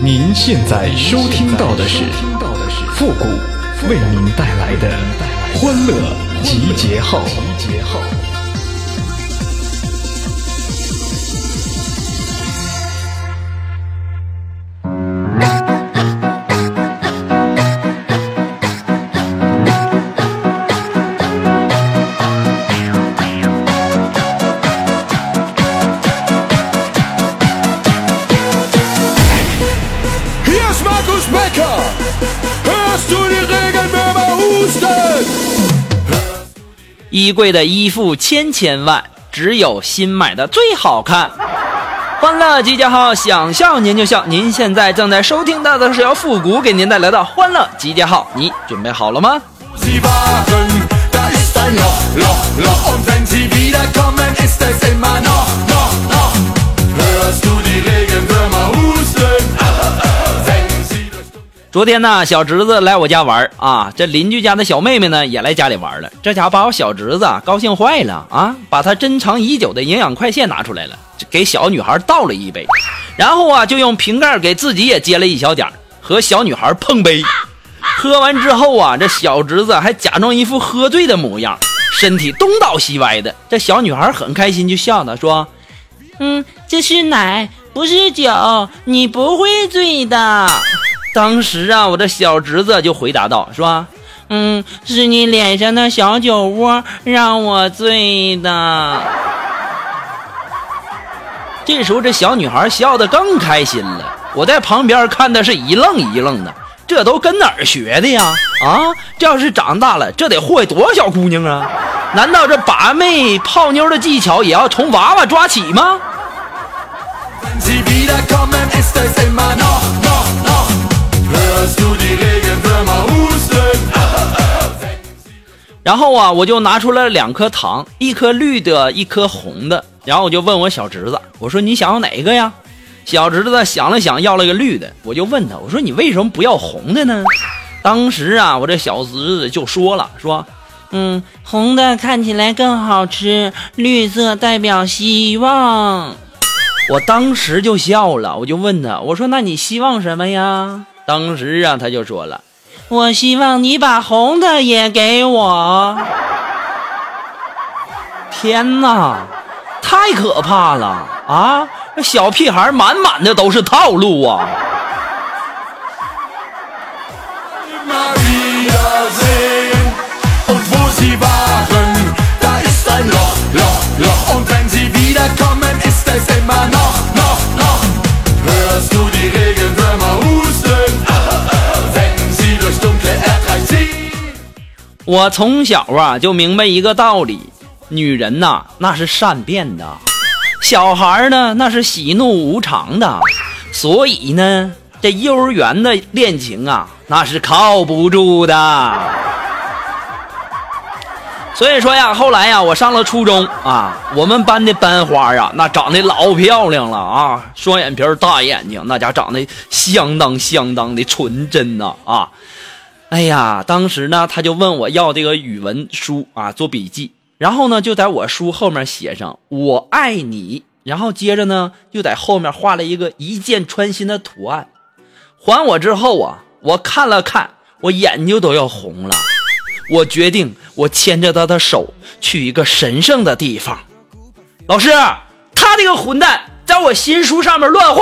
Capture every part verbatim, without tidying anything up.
您现在收听到的是复古为您带来的欢乐集结号。 衣柜的衣服千千万，只有新买的最好看。欢乐集结号，想笑您就笑。您现在正在收听到的是由复古给您带来的欢乐集结号，你准备好了吗？昨天呢，小侄子来我家玩啊，这邻居家的小妹妹呢也来家里玩了。这家伙把我小侄子啊高兴坏了啊，把他珍藏已久的营养快线拿出来了，给小女孩倒了一杯，然后啊就用瓶盖给自己也接了一小点，和小女孩碰杯。喝完之后啊，这小侄子还假装一副喝醉的模样，身体东倒西歪的。这小女孩很开心，就笑他说：“嗯，这是奶，不是酒，你不会醉的。”当时啊，我的小侄子就回答道：“说，嗯，是你脸上的小酒窝让我醉的。”这时候，这小女孩笑得更开心了。我在旁边看的是一愣一愣的，这都跟哪儿学的呀？啊，这要是长大了，这得祸害多少小姑娘啊？难道这把妹泡妞的技巧也要从娃娃抓起吗？然后啊，我就拿出了两颗糖，一颗绿的，一颗红的。然后我就问我小侄子，我说你想要哪个呀？小侄子想了想，要了个绿的。我就问他，我说你为什么不要红的呢？当时啊，我这小侄子就说了，说，嗯，红的看起来更好吃，绿色代表希望。我当时就笑了，我就问他，我说那你希望什么呀？当时啊，他就说了，我希望你把红的也给我。天哪，太可怕了啊！小屁孩满满的都是套路啊！我从小啊就明白一个道理，女人呐、啊、那是善变的，小孩呢那是喜怒无常的，所以呢这幼儿园的恋情啊那是靠不住的。所以说呀，后来呀我上了初中啊，我们班的班花啊那长得老漂亮了啊，双眼皮大眼睛，那家长得相当相当的纯真呐 啊, 啊哎呀，当时呢他就问我要这个语文书啊做笔记，然后呢就在我书后面写上我爱你，然后接着呢就在后面画了一个一箭穿心的图案。还我之后啊，我看了看，我眼睛都要红了。我决定我牵着他的手去一个神圣的地方。老师，他这个混蛋在我新书上面乱画。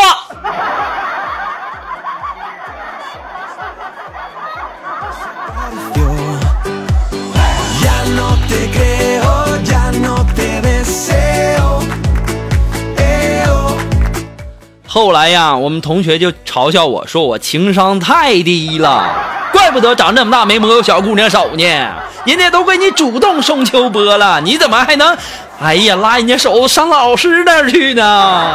后来呀，我们同学就嘲笑我说我情商太低了，怪不得长这么大没摸过小姑娘手呢，人家都给你主动送秋波了，你怎么还能哎呀拉人家手上老师那儿去呢？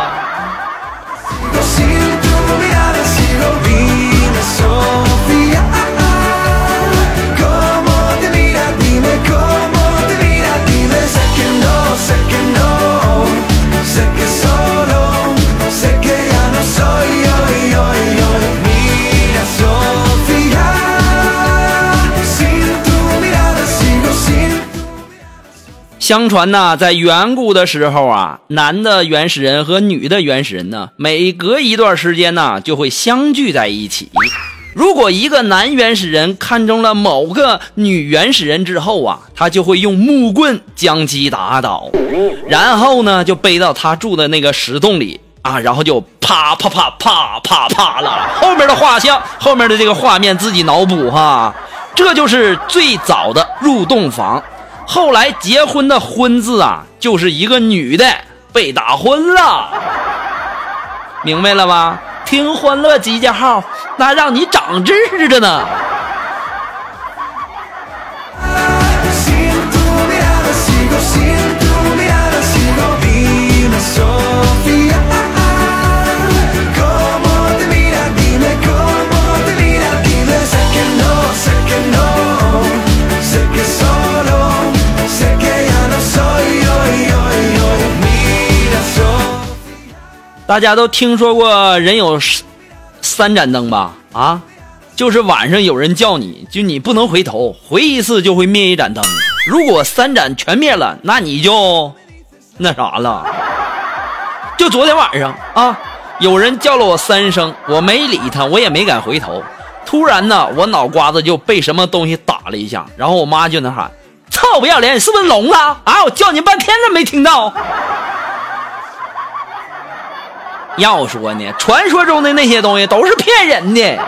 相传呢，在远古的时候啊，男的原始人和女的原始人呢，每隔一段时间呢，就会相聚在一起。如果一个男原始人看中了某个女原始人之后啊，他就会用木棍将其打倒，然后呢，就背到他住的那个石洞里啊，然后就啪啪啪啪啪啪了。后面的画像，后面的这个画面自己脑补哈，这就是最早的入洞房。后来结婚的婚字啊，就是一个女的被打昏了，明白了吧？听欢乐集结号，那让你长知识着呢。大家都听说过人有三盏灯吧？啊，就是晚上有人叫你，就你不能回头，回一次就会灭一盏灯。如果三盏全灭了，那你就那啥了。就昨天晚上啊，有人叫了我三声，我没理他，我也没敢回头。突然呢，我脑瓜子就被什么东西打了一下，然后我妈就那喊：“操不要脸，是不是聋了啊？我叫你半天了没听到。”要说呢，传说中的那些东西都是骗人的。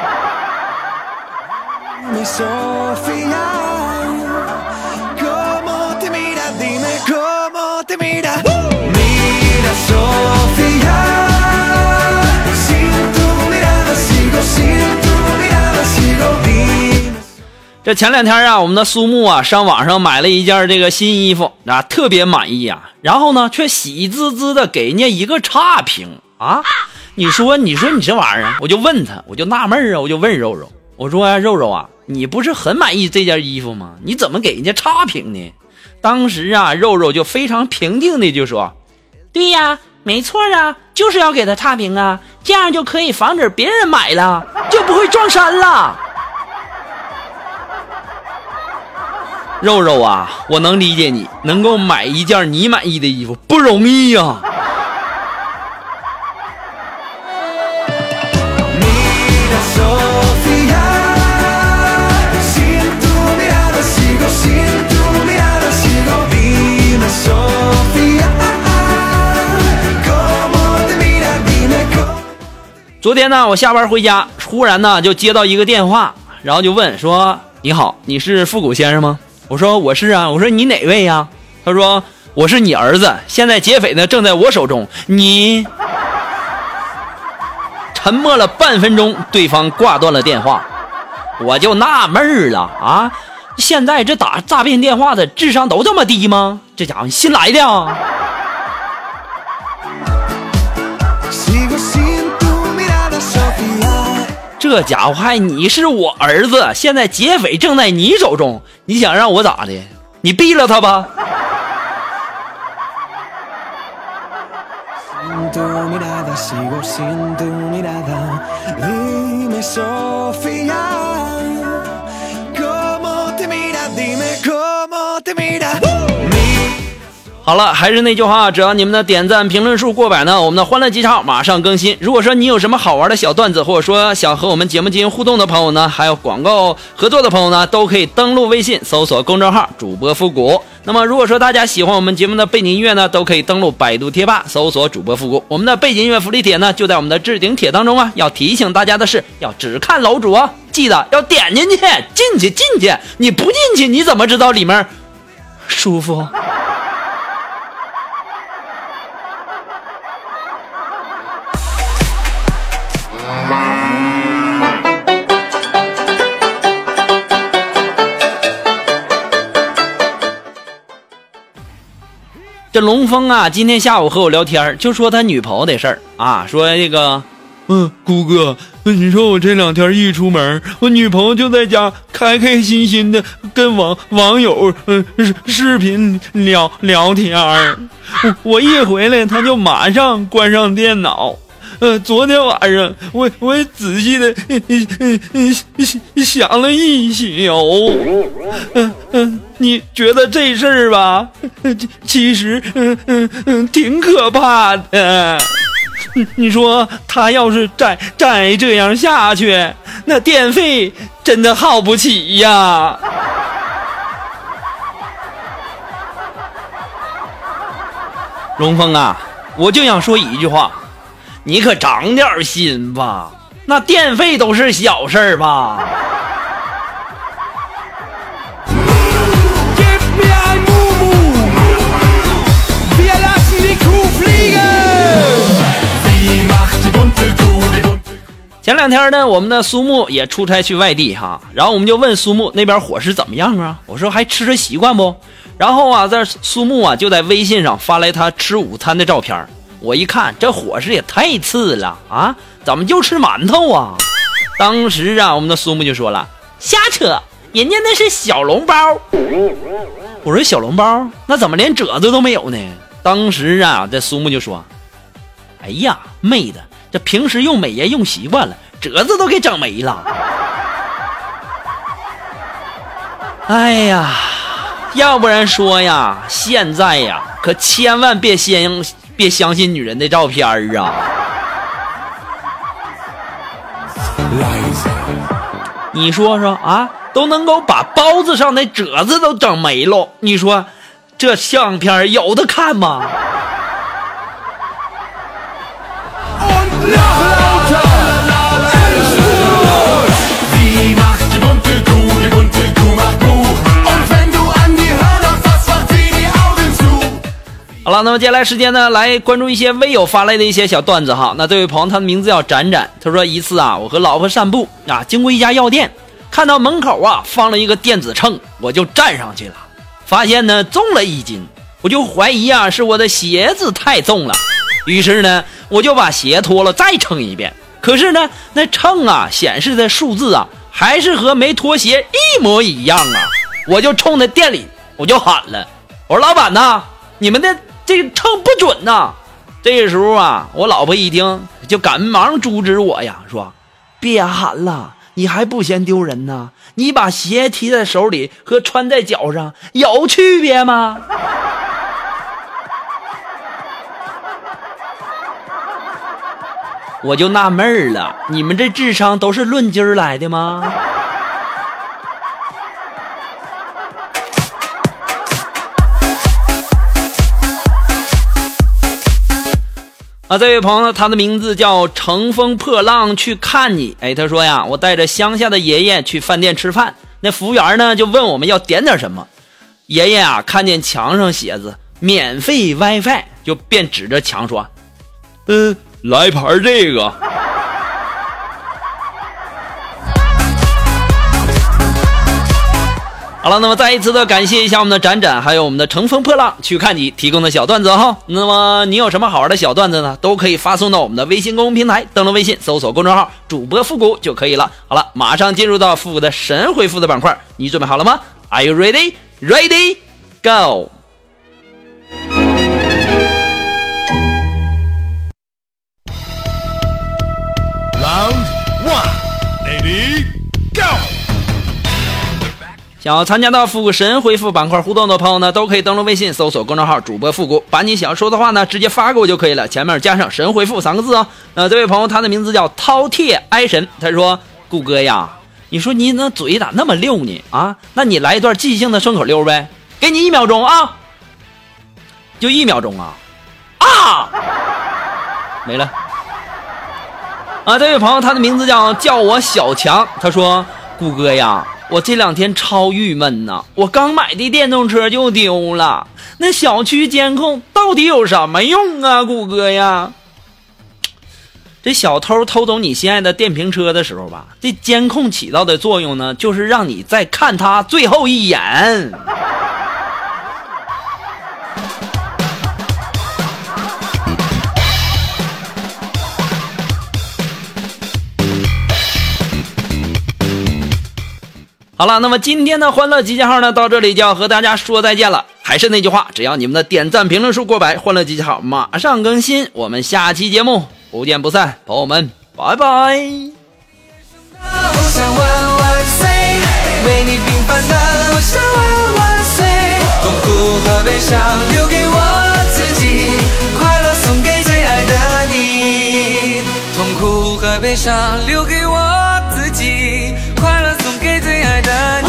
这前两天啊，我们的苏木啊上网上买了一件这个新衣服啊，特别满意啊，然后呢却喜滋滋的给人家一个差评啊！你说你说你这玩意儿，我就问他，我就纳闷啊，我就问肉肉，我说、啊、肉肉啊，你不是很满意这件衣服吗？你怎么给人家差评呢？当时啊，肉肉就非常平静的就说：“对呀，没错啊，就是要给他差评啊，这样就可以防止别人买了，就不会撞衫了。”肉肉啊，我能理解你，能够买一件你满意的衣服不容易呀、啊。昨天呢，我下班回家，忽然呢就接到一个电话，然后就问说：“你好，你是复古先生吗？”我说：“我是啊。”我说：“你哪位呀？”他说：“我是你儿子，现在劫匪呢正在我手中。”你沉默了半分钟，对方挂断了电话，我就纳闷了啊！现在这打诈骗电话的智商都这么低吗？这家伙新来的啊！这家伙还你是我儿子，现在劫匪正在你手中，你想让我咋的？你毙了他吧！好了，还是那句话，只要你们的点赞评论数过百呢，我们的欢乐集场马上更新。如果说你有什么好玩的小段子，或者说想和我们节目进行互动的朋友呢，还有广告合作的朋友呢，都可以登录微信搜索公众号主播复古。那么如果说大家喜欢我们节目的背景音乐呢，都可以登录百度贴吧搜索主播复古。我们的背景音乐福利帖呢就在我们的置顶帖当中啊。要提醒大家的是，要只看楼主啊，记得要点进去，进去进去，你不进去你怎么知道里面舒服？这龙峰啊，今天下午和我聊天，就说他女朋友的事儿啊，说这个，嗯，谷哥，你说我这两天一出门，我女朋友就在家开开心心的跟网网友嗯视频聊聊天，我我一回来，她就马上关上电脑， 呃，昨天晚上我我仔细的嗯嗯嗯想了一宿，嗯嗯，你觉得这事儿吧，其实嗯嗯嗯挺可怕的。你说他要是再再这样下去，那电费真的耗不起呀。荣峰啊，我就想说一句话，你可长点心吧，那电费都是小事儿吧。前两天呢，我们的苏木也出差去外地哈，然后我们就问苏木那边伙食怎么样啊？我说还吃着习惯不？然后啊，在苏木啊就在微信上发来他吃午餐的照片，我一看这伙食也太次了啊，怎么就吃馒头啊？当时啊，我们的苏木就说了，瞎扯，人家那是小笼包。我说小笼包，那怎么连褶子都没有呢？当时啊，这苏木就说，哎呀，妹子。这平时用美颜用习惯了，褶子都给整没了。哎呀，要不然说呀，现在呀，可千万别相别相信女人的照片啊！你说说啊，都能够把包子上的褶子都整没了，你说这相片有的看吗？好了，那么接下来时间呢，来关注一些微友发来的一些小段子哈。那这位朋友他的名字叫展展，他说一次啊，我和老婆散步啊，经过一家药店，看到门口啊放了一个电子秤，我就站上去了，发现呢重了一斤，我就怀疑啊是我的鞋子太重了，于是呢我就把鞋脱了再称一遍，可是呢那秤啊显示的数字啊还是和没脱鞋一模一样啊，我就冲着店里我就喊了，我说老板呐，你们的这个秤不准呐！这个时候啊，我老婆一听就赶忙阻止我呀，说别喊了，你还不嫌丢人呢？你把鞋提在手里和穿在脚上有区别吗？我就纳闷了，你们这智商都是论斤来的吗？啊，这位朋友他的名字叫乘风破浪去看你。哎，他说呀，我带着乡下的爷爷去饭店吃饭，那服务员呢就问我们要点点什么。爷爷啊看见墙上写着免费 WiFi， 就便指着墙说，嗯、呃，来盘这个。好了，那么再一次的感谢一下我们的展展，还有我们的乘风破浪去看你提供的小段子哈。那么你有什么好玩的小段子呢？都可以发送到我们的微信公众平台，登录微信搜索公众号主播复古就可以了。好了，马上进入到复古的神回复的板块，你准备好了吗？ Are you ready? Ready? Go! Round one, ready, go!想要参加到复古神回复板块互动的朋友呢，都可以登录微信搜索公众号主播复古，把你想说的话呢直接发给我就可以了，前面加上神回复三个字哦。那这位朋友他的名字叫饕餮哀神，他说顾哥呀，你说你那嘴咋那么溜呢啊？那你来一段即兴的顺口溜呗，给你一秒钟啊，就一秒钟啊啊，没了。啊，这位朋友他的名字叫叫我小强，他说顾哥呀，我这两天超郁闷呐，我刚买的电动车就丢了，那小区监控到底有什么用啊，顾哥呀？这小偷偷走你心爱的电瓶车的时候吧，这监控起到的作用呢，就是让你再看他最后一眼。好了，那么今天的欢乐集结号呢，到这里就要和大家说再见了。还是那句话，只要你们的点赞评论数过百，欢乐集结号马上更新。我们下期节目不见不散，朋友们，拜拜。 我想万万岁，为你平凡的我想万万岁，痛苦和悲伤留给我自己，快乐送给最爱的你。痛苦和悲伤留给我自己，快乐送给最爱的你。